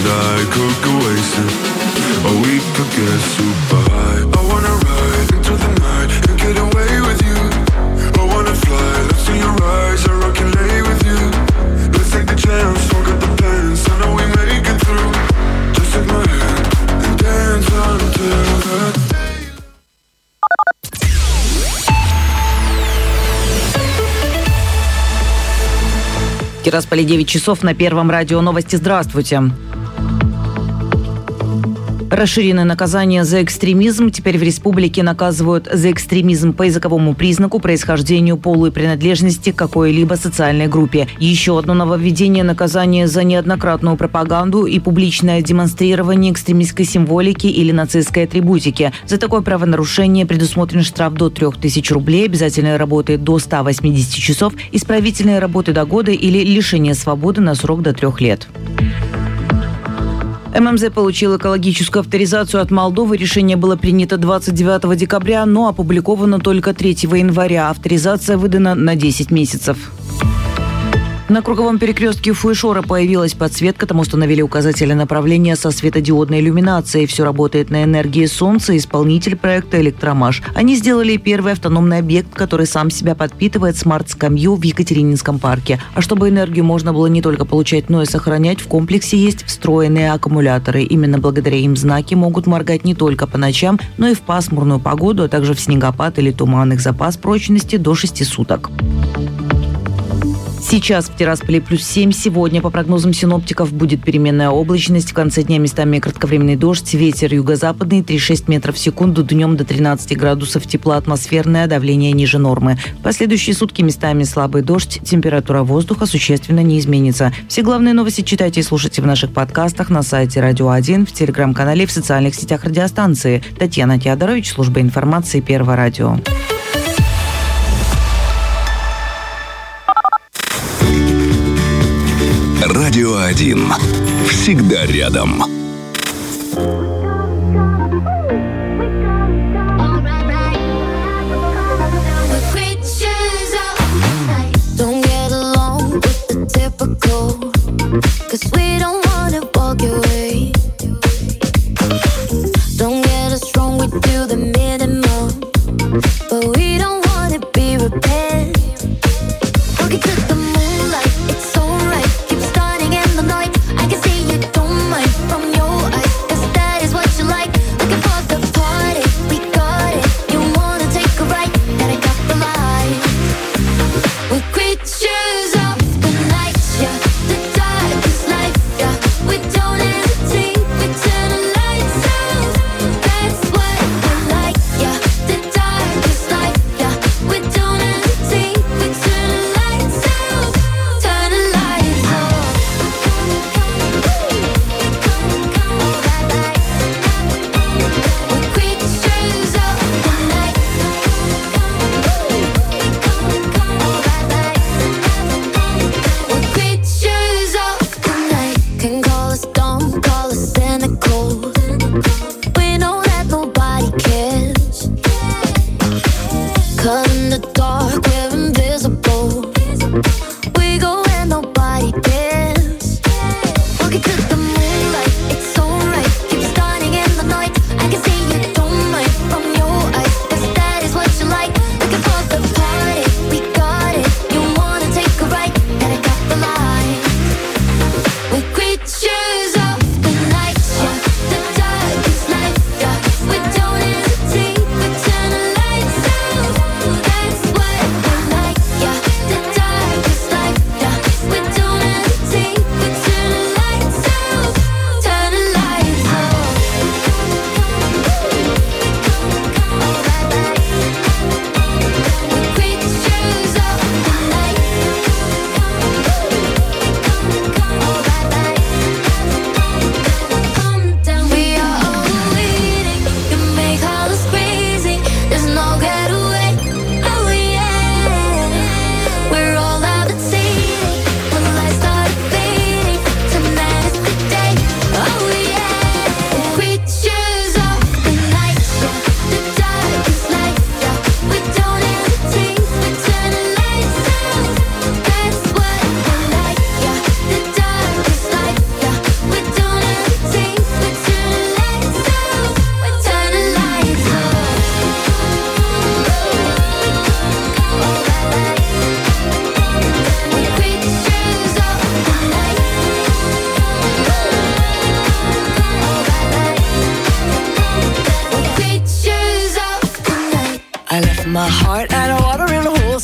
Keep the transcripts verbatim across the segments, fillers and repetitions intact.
die, could go wasted, or we could get super high. I wanna ride into the night and get away with you. I wanna fly, let's see your rise, I rock and lay with you. Let's take the chance, forget the plans, I know we make it through. Just take my hand and dance until the day. В Тирасполе девять часов, на Первом радио новости. Здравствуйте. Расширенное наказание за экстремизм. Теперь в республике наказывают за экстремизм по языковому признаку, происхождению, полу и принадлежности к какой-либо социальной группе. Еще одно нововведение – наказание за неоднократную пропаганду и публичное демонстрирование экстремистской символики или нацистской атрибутики. За такое правонарушение предусмотрен штраф до трех тысяч рублей, обязательной работы до ста восьмидесяти часов, исправительной работы до года или лишение свободы на срок до трех лет. эм эм зэ получил экологическую авторизацию от Молдовы. Решение было принято двадцать девятого декабря, но опубликовано только третьего января. Авторизация выдана на десять месяцев. На круговом перекрестке Уфы и Шора появилась подсветка. Там установили указатели направления со светодиодной иллюминацией. Все работает на энергии солнца. Исполнитель проекта «Электромаш». Они сделали первый автономный объект, который сам себя подпитывает, смарт-скамью в Екатерининском парке. А чтобы энергию можно было не только получать, но и сохранять, в комплексе есть встроенные аккумуляторы. Именно благодаря им знаки могут моргать не только по ночам, но и в пасмурную погоду, а также в снегопад или туман. Их запас прочности до шести суток. Сейчас в Тирасполе плюс семь. Сегодня, по прогнозам синоптиков, будет переменная облачность. В конце дня местами кратковременный дождь. Ветер юго-западный три-шесть метров в секунду. Днем до тринадцати градусов тепла, атмосферное давление ниже нормы. В последующие сутки местами слабый дождь. Температура воздуха существенно не изменится. Все главные новости читайте и слушайте в наших подкастах на сайте Радио один, в телеграм-канале и в социальных сетях радиостанции. Татьяна Теодорович, служба информации Первого радио. Радио один. Всегда рядом. From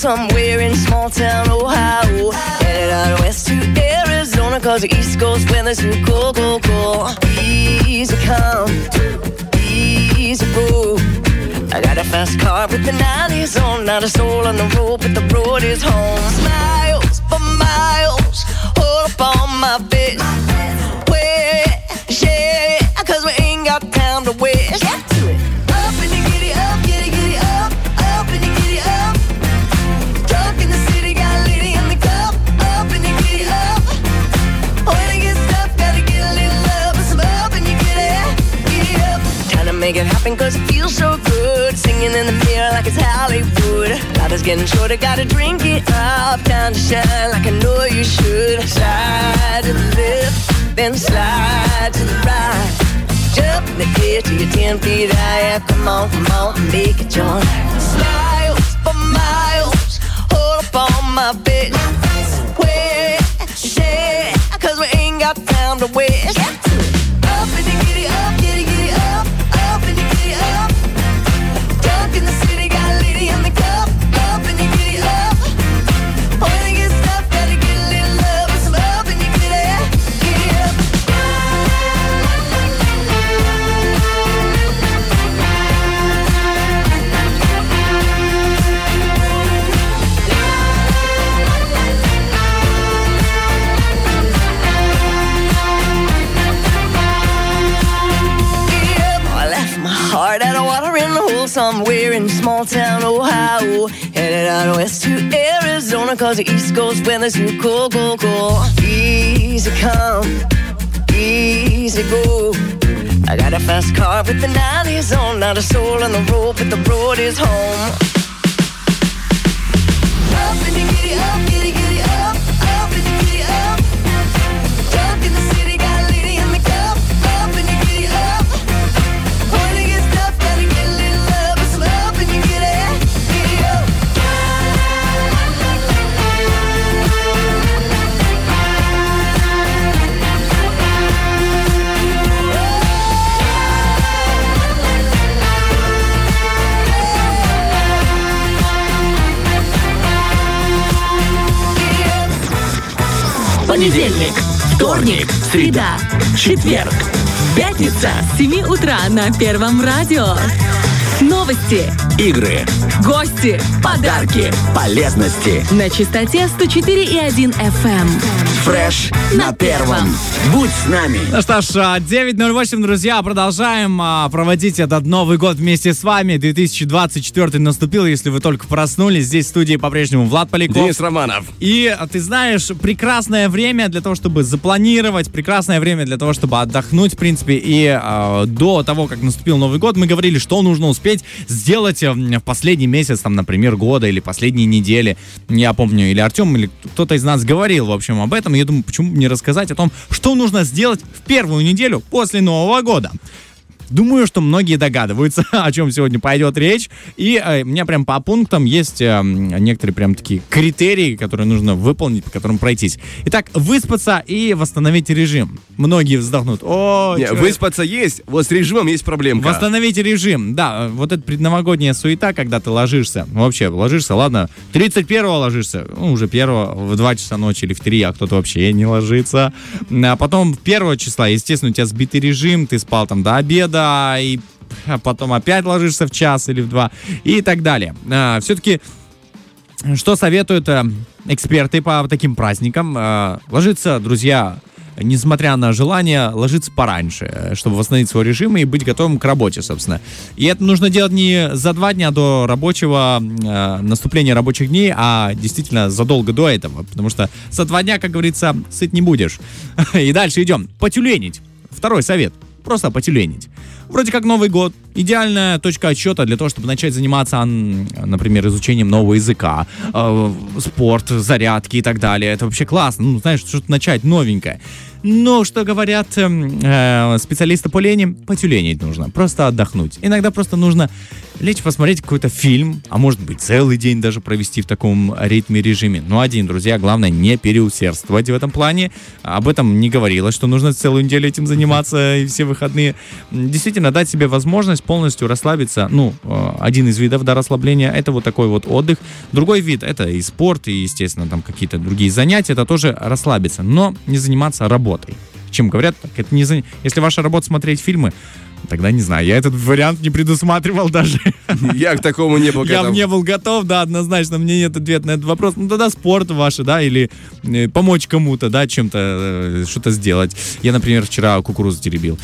somewhere in small town Ohio. Headed out west to Arizona, cause the East Coast weather's too cold, cold, cold. Easy come, easy go. I got a fast car with the nineties on, not a soul on the road, but the road is home. Smiles for miles, all up on my face. Where, share, cause we ain't got time to waste. Get to it. Up and you get it up, get it, get it up. Up and you get it up. Drunk in the city, got a lady in the cup. Up and you get it up. When I get stuck, gotta get a little love. Some up and you get it, get it up. Time to make it happen cause it feels so good. Singing in the mirror like it's Hollywood. Life is getting shorter, gotta drink it up. Time to shine like I know you should. Slide to the left, then slide to the right. Jump in the air till you're ten feet high. Come on, come on, and make it join. Smiles for miles, hold up on my face. Where, share, cause we ain't got time to waste. Up and you get it up, get it, get it up. Up and you get it up. Drunk in the city, got a lady in the cup. Up and you get it up. When you get stuck, gotta get a little love. Some up and you get it, get it up. Heart out of water in the hole somewhere in small town Ohio. Headed out west to Arizona, cause the East Coast weather's too cold, cold, cold. Easy come, easy go. I got a fast car with the nineties on, not a soul on the road, but the road is home. Up and you get it up, get it, get it up. Up and you get it up. Drunk in the city, got a lady in the cup. Up and you get it up. When you get stuck, gotta get a little love. Some up and you get it, get it up. Понедельник, вторник, среда, четверг, пятница с семи утра на Первом радио. Новости, Игры, гости, подарки, полезности. на частоте сто четыре и один эф эм. Фреш на первом. Будь с нами. Ну что ж, девять ноль восемь, друзья, продолжаем а, проводить этот Новый год вместе с вами. две тысячи двадцать четвёртый наступил, если вы только проснулись. Здесь в студии по-прежнему Влад Поляков. Денис Романов. И, ты знаешь, прекрасное время для того, чтобы запланировать, прекрасное время для того, чтобы отдохнуть, в принципе. И э, до того, как наступил Новый год, мы говорили, что нужно успеть сделать в последний месяц, там, например, года или последние недели. Я помню, или Артем, или кто-то из нас говорил, в общем, об этом. И я думаю, почему бы не рассказать о том, что нужно сделать в первую неделю после Нового года. Думаю, что многие догадываются, о чем сегодня пойдет речь. И э, у меня прям по пунктам есть э, некоторые прям такие критерии, которые нужно выполнить, по которым пройтись. Итак, выспаться и восстановить режим. Многие вздохнут. О, Не, выспаться есть, вот с режимом есть проблемка. Восстановить режим. Да, вот эта предновогодняя суета, когда ты ложишься. Вообще, ложишься, ладно, тридцать первого ложишься, ну, уже первого в два часа ночи или в три, а кто-то вообще не ложится. А потом первого числа, естественно, у тебя сбитый режим, ты спал там до обеда, и потом опять ложишься в час или в два, и так далее. А, все-таки, что советуют а, эксперты по таким праздникам? А, ложиться, друзья, несмотря на желание, ложиться пораньше, чтобы восстановить свой режим и быть готовым к работе, собственно. И это нужно делать не за два дня до рабочего, э, наступления рабочих дней, а действительно задолго до этого, потому что за два дня, как говорится, сыт не будешь. И дальше идем. Потюленить. Второй совет. Просто потюленить. Вроде как Новый год. Идеальная точка отсчета для того, чтобы начать заниматься, например, изучением нового языка, э, спорт, зарядки и так далее. Это вообще классно. Ну, знаешь, что-то начать новенькое. Но, что говорят э, специалисты по лени, потюленить нужно. Просто отдохнуть. Иногда просто нужно лечь посмотреть какой-то фильм, а может быть целый день даже провести в таком ритме, режиме. Но один, друзья, главное не переусердствовать в этом плане. Об этом не говорилось, что нужно целую неделю этим заниматься и все выходные. Действительно, дать себе возможность полностью расслабиться. Ну, один из видов, да, расслабления, это вот такой вот отдых. Другой вид, это и спорт, и, естественно, там какие-то другие занятия, это тоже расслабиться, но не заниматься работой. Чем говорят, так это не за... Если ваша работа смотреть фильмы, тогда не знаю, я этот вариант не предусматривал даже. Я к такому не был готов. Я не был готов, да, однозначно, мне нет ответа на этот вопрос. Ну, тогда спорт ваш, да, или э, помочь кому-то, да, чем-то, э, что-то сделать. Я, например, вчера кукурузу теребил.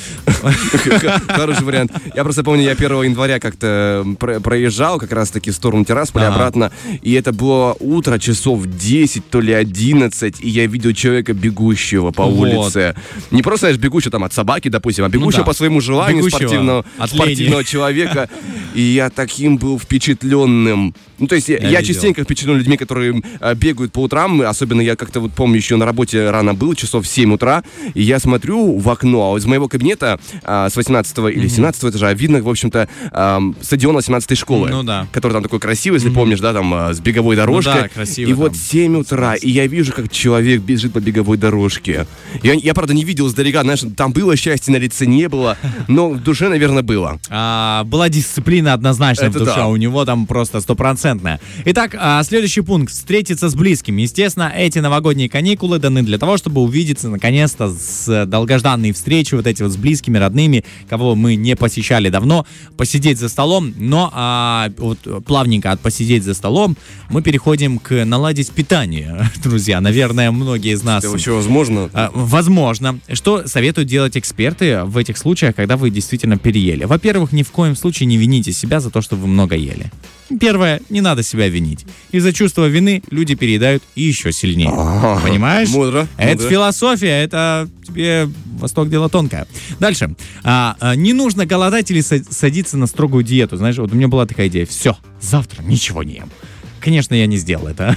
Хороший вариант. Я просто помню, я первого января как-то проезжал как раз-таки в сторону Тирасполя обратно, и это было утро, часов десять, то ли одиннадцать, и я видел человека, бегущего по улице. Не просто, знаешь, бегущего там от собаки, допустим, а бегущего по своему желанию, спортивного, спортивного человека. И я таким был впечатленным. Ну, то есть я, я, я частенько впечатлен людьми, которые а, бегают по утрам. Особенно я как-то вот помню, еще на работе рано был, часов в семь утра. И я смотрю в окно, а из моего кабинета а, с восемнадцатого или семнадцатого этажа видно, в общем-то, а, стадион восемнадцатой школы. Ну, да. Который там такой красивый, если mm-hmm. помнишь, да, там а, с беговой дорожкой. Ну, да, красиво. И там. Вот семь утра, и я вижу, как человек бежит по беговой дорожке. Я, я, правда, не видел издалека, знаешь, там было счастье, на лице не было, но в душе, наверное, было. А, была дисциплина однозначно это в душе, да. У него там просто стопроцентная. Итак, а, следующий пункт. Встретиться с близкими. Естественно, эти новогодние каникулы даны для того, чтобы увидеться наконец-то с долгожданной встречей, вот эти вот с близкими, родными, кого мы не посещали давно, посидеть за столом, но а, вот плавненько от посидеть за столом мы переходим к наладить питание, друзья. Наверное, многие из нас... Это вообще возможно? А, возможно. Что советуют делать эксперты в этих случаях, когда вы действительно переели? Во-первых, ни в коем случае не вините себя за то, что вы много ели. Первое, не надо себя винить. Из-за чувства вины люди переедают и еще сильнее. А-а-а. Понимаешь? Мудро. Это мудро. Философия, это тебе Восток дело тонкое. Дальше. А, а, не нужно голодать или садиться на строгую диету. Знаешь, вот у меня была такая идея. Все, завтра ничего не ем. Конечно, я не сделал это.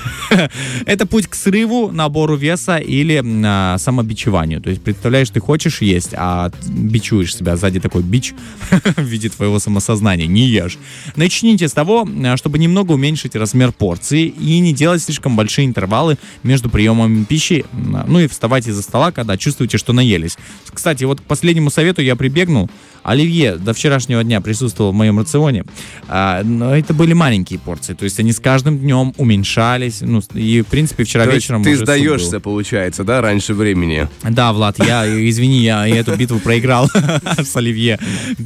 Это путь к срыву, набору веса или а, самобичеванию. То есть, представляешь, ты хочешь есть, а бичуешь себя. Сзади такой бич в виде твоего самосознания. Не ешь. Начните с того, чтобы немного уменьшить размер порции и не делать слишком большие интервалы между приемами пищи. Ну и вставайте из-за стола, когда чувствуете, что наелись. Кстати, вот к последнему совету я прибегнул. Оливье до вчерашнего дня присутствовал в моем рационе, а, но это были маленькие порции, то есть они с каждым днем уменьшались, ну, и, в принципе, вчера то вечером ты сдаешься, получается, да, раньше времени? Да, Влад, я, извини, я эту битву проиграл с Оливье.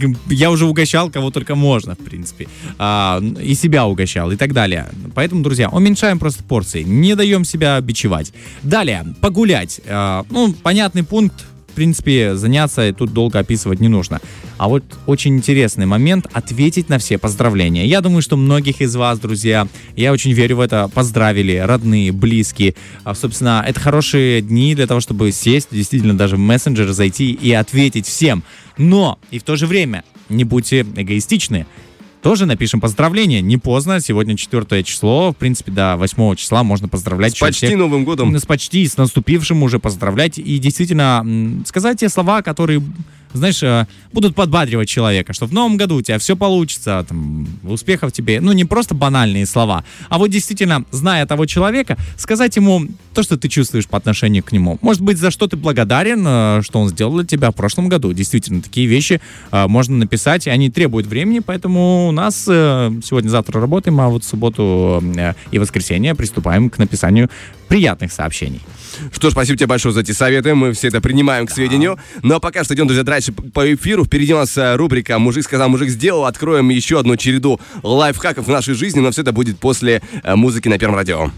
Я уже угощал, кого только можно, в принципе, а, и себя угощал, и так далее. Поэтому, друзья, уменьшаем просто порции, не даем себя бичевать. Далее, погулять. А, ну, понятный пункт. В принципе, заняться тут долго описывать не нужно. А вот очень интересный момент — ответить на все поздравления. Я думаю, что многих из вас, друзья, я очень верю в это, поздравили родные, близкие. А, собственно, это хорошие дни для того, чтобы сесть, действительно, даже в мессенджер зайти и ответить всем. Но и в то же время не будьте эгоистичны. Тоже напишем поздравления. Не поздно. Сегодня четвертое число. В принципе, до восьмого числа можно поздравлять. С почти всех. Новым годом. С почти, с наступившим уже поздравлять. И действительно сказать те слова, которые, знаешь, будут подбадривать человека, что в новом году у тебя все получится, там, успехов тебе. Ну, не просто банальные слова, а вот действительно, зная того человека, сказать ему то, что ты чувствуешь по отношению к нему. Может быть, за что ты благодарен, что он сделал для тебя в прошлом году. Действительно, такие вещи можно написать, и они требуют времени, поэтому у нас сегодня-завтра работаем, а вот в субботу и воскресенье приступаем к написанию приятных сообщений. Что ж, спасибо тебе большое за эти советы, мы все это принимаем к сведению. Ну а пока что идем, друзья, дальше по эфиру. Впереди у нас рубрика «Мужик сказал, мужик сделал». Откроем еще одну череду лайфхаков в нашей жизни, но все это будет после музыки на Первом радио.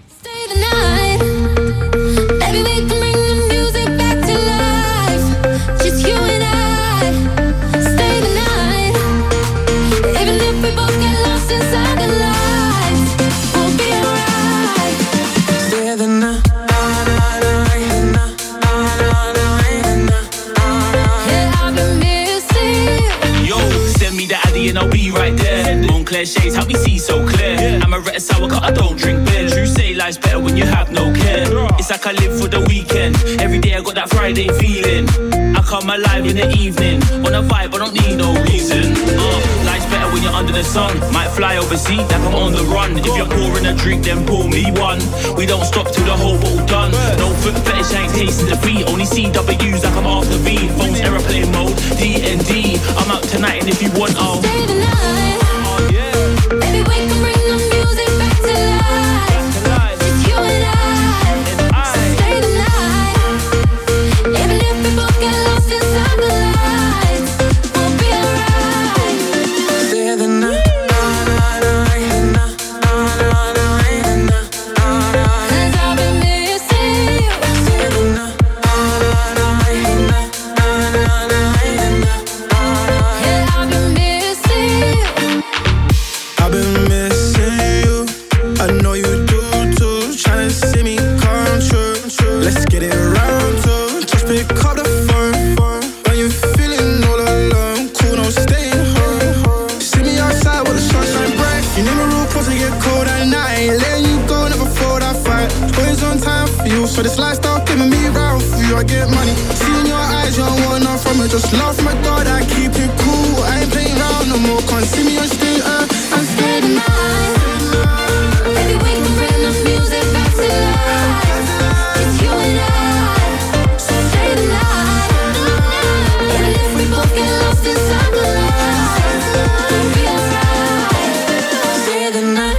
Shades help me see so clear. Yeah. I'm a red sour cut, I don't drink beer. True say life's better when you have no care. It's like I live for the weekend. Every day I got that Friday feeling. I come alive in the evening. On a vibe, I don't need no reason. Uh, life's better when you're under the sun. Might fly overseas like I'm on the run. If you're pouring a drink, then pour me one. We don't stop till the whole bottle done. No foot fetish, I ain't tasting defeat. Only C W's like I'm after V. Phones aeroplane mode, D and D. I'm out tonight and if you want, I'll stay the night. Oh yeah. Baby, we can bring the music back to life. It's you and I. So stay the night. Even if we both get lost inside the lights, we'll be alright. Stay the night. So this lifestyle giving me round for you, I get money. Seeing your eyes, you don't want nothing from it. Just laugh, my God, I keep it cool. I ain't playing round no more. Can't see me on stage, uh, I'm stay the night. Baby, we can bring the music back to life. It's you and I. So stay the night. Even if we both get lost inside the lights, we'll be alright. Stay the night.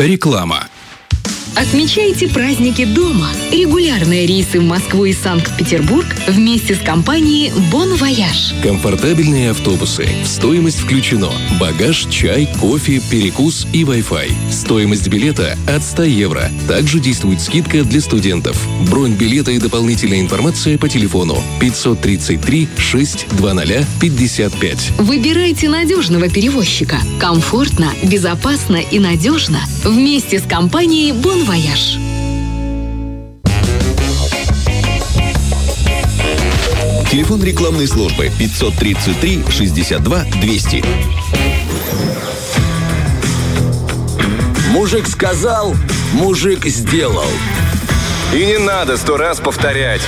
Реклама. Отмечайте праздники дома. Регулярные рейсы в Москву и Санкт-Петербург вместе с компанией Bon Voyage. Комфортабельные автобусы. В стоимость включено багаж, чай, кофе, перекус и Wi-Fi. Стоимость билета от ста евро. Также действует скидка для студентов. Бронь билета и дополнительная информация по телефону пятьсот тридцать три шестьсот двадцать пятьдесят пять. Выбирайте надежного перевозчика. Комфортно, безопасно и надежно. Вместе с компанией Bon Voyage. Телефон рекламной службы пятьсот тридцать три шестьдесят два двести. Мужик сказал, мужик сделал. И не надо сто раз повторять.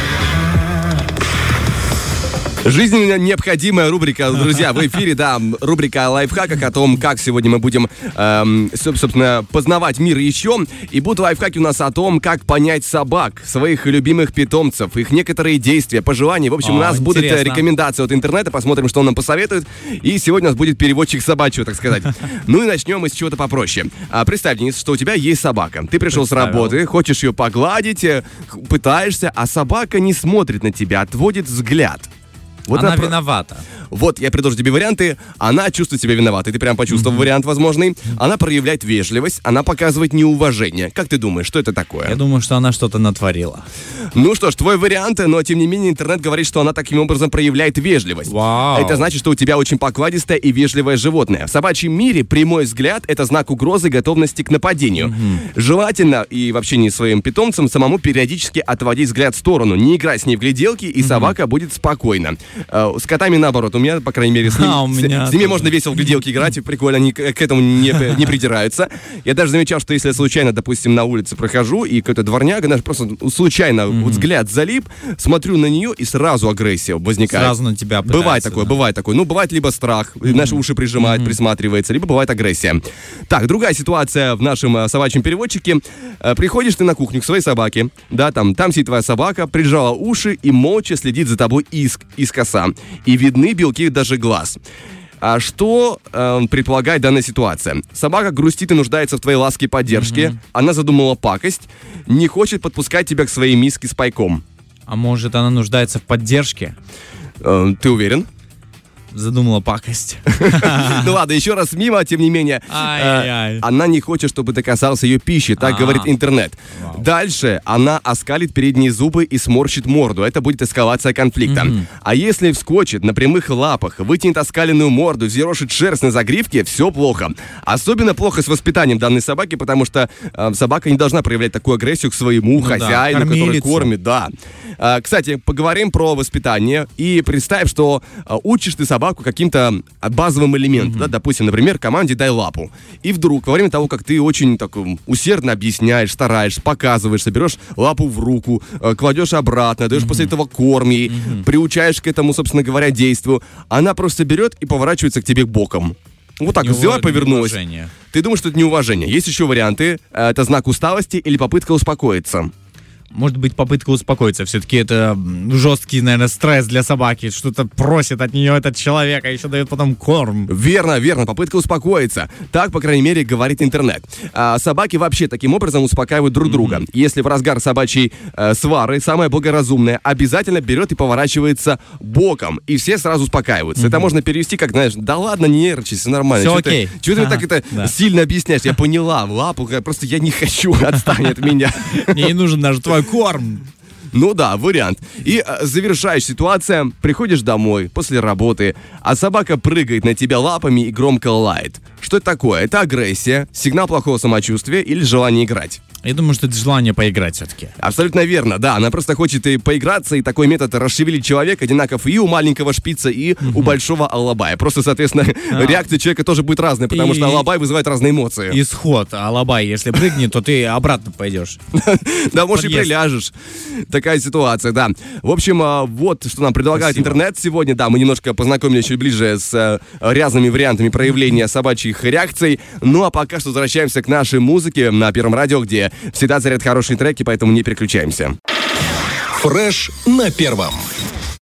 Жизненно необходимая рубрика, друзья, в эфире, да, рубрика о лайфхаках, о том, как сегодня мы будем, эм, собственно, познавать мир еще. И будут лайфхаки у нас о том, как понять собак, своих любимых питомцев, их некоторые действия, пожелания. В общем, О, у нас будут интересно. рекомендации от интернета, посмотрим, что он нам посоветует. И сегодня у нас будет переводчик собачьего, так сказать. Ну и начнем мы с чего-то попроще. А, представь, Денис, что у тебя есть собака. Ты пришел с Представил. работы, хочешь ее погладить, э, пытаешься, а собака не смотрит на тебя, отводит взгляд. Вот Она про- виновата. Вот, я предложу тебе варианты. Она чувствует себя виноватой. Ты прям почувствовал mm-hmm. вариант возможный. Она проявляет вежливость, она показывает неуважение. Как ты думаешь, что это такое? Я думаю, что она что-то натворила. Ну что ж, твой вариант, но тем не менее интернет говорит, что она таким образом проявляет вежливость. Вау. Это значит, что у тебя очень покладистое и вежливое животное. В собачьем мире прямой взгляд — это знак угрозы, готовности к нападению. Mm-hmm. Желательно и в общении с своим питомцем самому периодически отводить взгляд в сторону, не играть с ней в гляделки, и mm-hmm. собака будет спокойна. С котами наоборот. У меня, по крайней мере, с, ним, а, у меня с, с ними тоже. можно весело в гляделки играть, прикольно, они к, к этому не, не придираются. Я даже замечал, что если я случайно, допустим, на улице прохожу, и какой-то дворняга, даже просто случайно mm-hmm. вот взгляд залип, смотрю на нее, и сразу агрессия возникает. Сразу на тебя пытается, Бывает такое, да. бывает такое. Ну, бывает либо страх, mm-hmm. наши уши прижимает, mm-hmm. присматривается, либо бывает агрессия. Так, другая ситуация в нашем э, собачьем переводчике. Э, приходишь ты на кухню к своей собаке, да, там, там сидит твоя собака, прижала уши и молча следит за тобой из, из коса. И видны белки даже глаз. А что э, предполагает данная ситуация? Собака грустит и нуждается в твоей ласке и поддержке. Mm-hmm. Она задумала пакость, не хочет подпускать тебя к своей миске с пайком. А может, она нуждается в поддержке? Э, ты уверен? Задумала пакость. Ну ладно, еще раз мимо, тем не менее. Ай-яй-яй. Она не хочет, чтобы ты касался ее пищи, так А. говорит интернет. Дальше она оскалит передние зубы и сморщит морду. Это будет эскалация конфликта. А если вскочит на прямых лапах, вытянет оскаленную морду, взъерошит шерсть на загривке, все плохо. Особенно плохо с воспитанием данной собаки, потому что э, собака не должна проявлять такую агрессию к своему Ну да, хозяину, который кормилицу. кормит. Да. А, кстати, поговорим про воспитание. И представь, что а, учишь ты собаку каким-то а, базовым элементам. Mm-hmm. Да, допустим, например, команде «дай лапу». И вдруг, во время того, как ты очень так усердно объясняешь, стараешься, показываешь, берешь лапу в руку, а, кладешь обратно, даешь mm-hmm. после этого корм ей, mm-hmm. приучаешь к этому, собственно говоря, действию, она просто берет и поворачивается к тебе боком. Вот так Неув- взяла, повернулась. неуважение. Ты думаешь, что это неуважение? Есть еще варианты. Это знак усталости или попытка успокоиться. Может быть, попытка успокоиться. Все-таки это м, жесткий, наверное, стресс для собаки. Что-то просит от нее этот человек, а еще дает потом корм. Верно, верно, попытка успокоиться. Так, по крайней мере, говорит интернет. А, собаки вообще таким образом успокаивают друг друга. Mm-hmm. Если в разгар собачьей э, свары самая благоразумная обязательно берет и поворачивается боком, и все сразу успокаиваются. Mm-hmm. Это можно перевести как, знаешь, да ладно, не нервничай, все нормально. Все Чего окей. ты, чего ты так это Да. сильно объясняешь? Я поняла, в лапу, просто я не хочу, отстань от меня. Мне не нужен даже твой корм. Ну да, вариант. И э, завершаешь ситуация, приходишь домой после работы, а собака прыгает на тебя лапами и громко лает. Что это такое? Это агрессия, сигнал плохого самочувствия или желание играть? Я думаю, что это желание поиграть все-таки. Абсолютно верно, да. Она просто хочет и поиграться, и такой метод расшевелить человека одинаков и у маленького шпица, и mm-hmm. у большого алабая. Просто, соответственно, а. реакция человека тоже будет разная, потому и... что алабай вызывает разные эмоции. Исход. Алабай, если прыгнет, то ты обратно пойдешь. Да, может, и приляжешь. Такая ситуация, да. В общем, вот что нам предлагает интернет сегодня. Да, мы немножко познакомились чуть ближе с разными вариантами проявления собачьих реакций. Ну, а пока что возвращаемся к нашей музыке на Первом радио, где всегда заряд хорошие треки, поэтому не переключаемся. Фреш на Первом.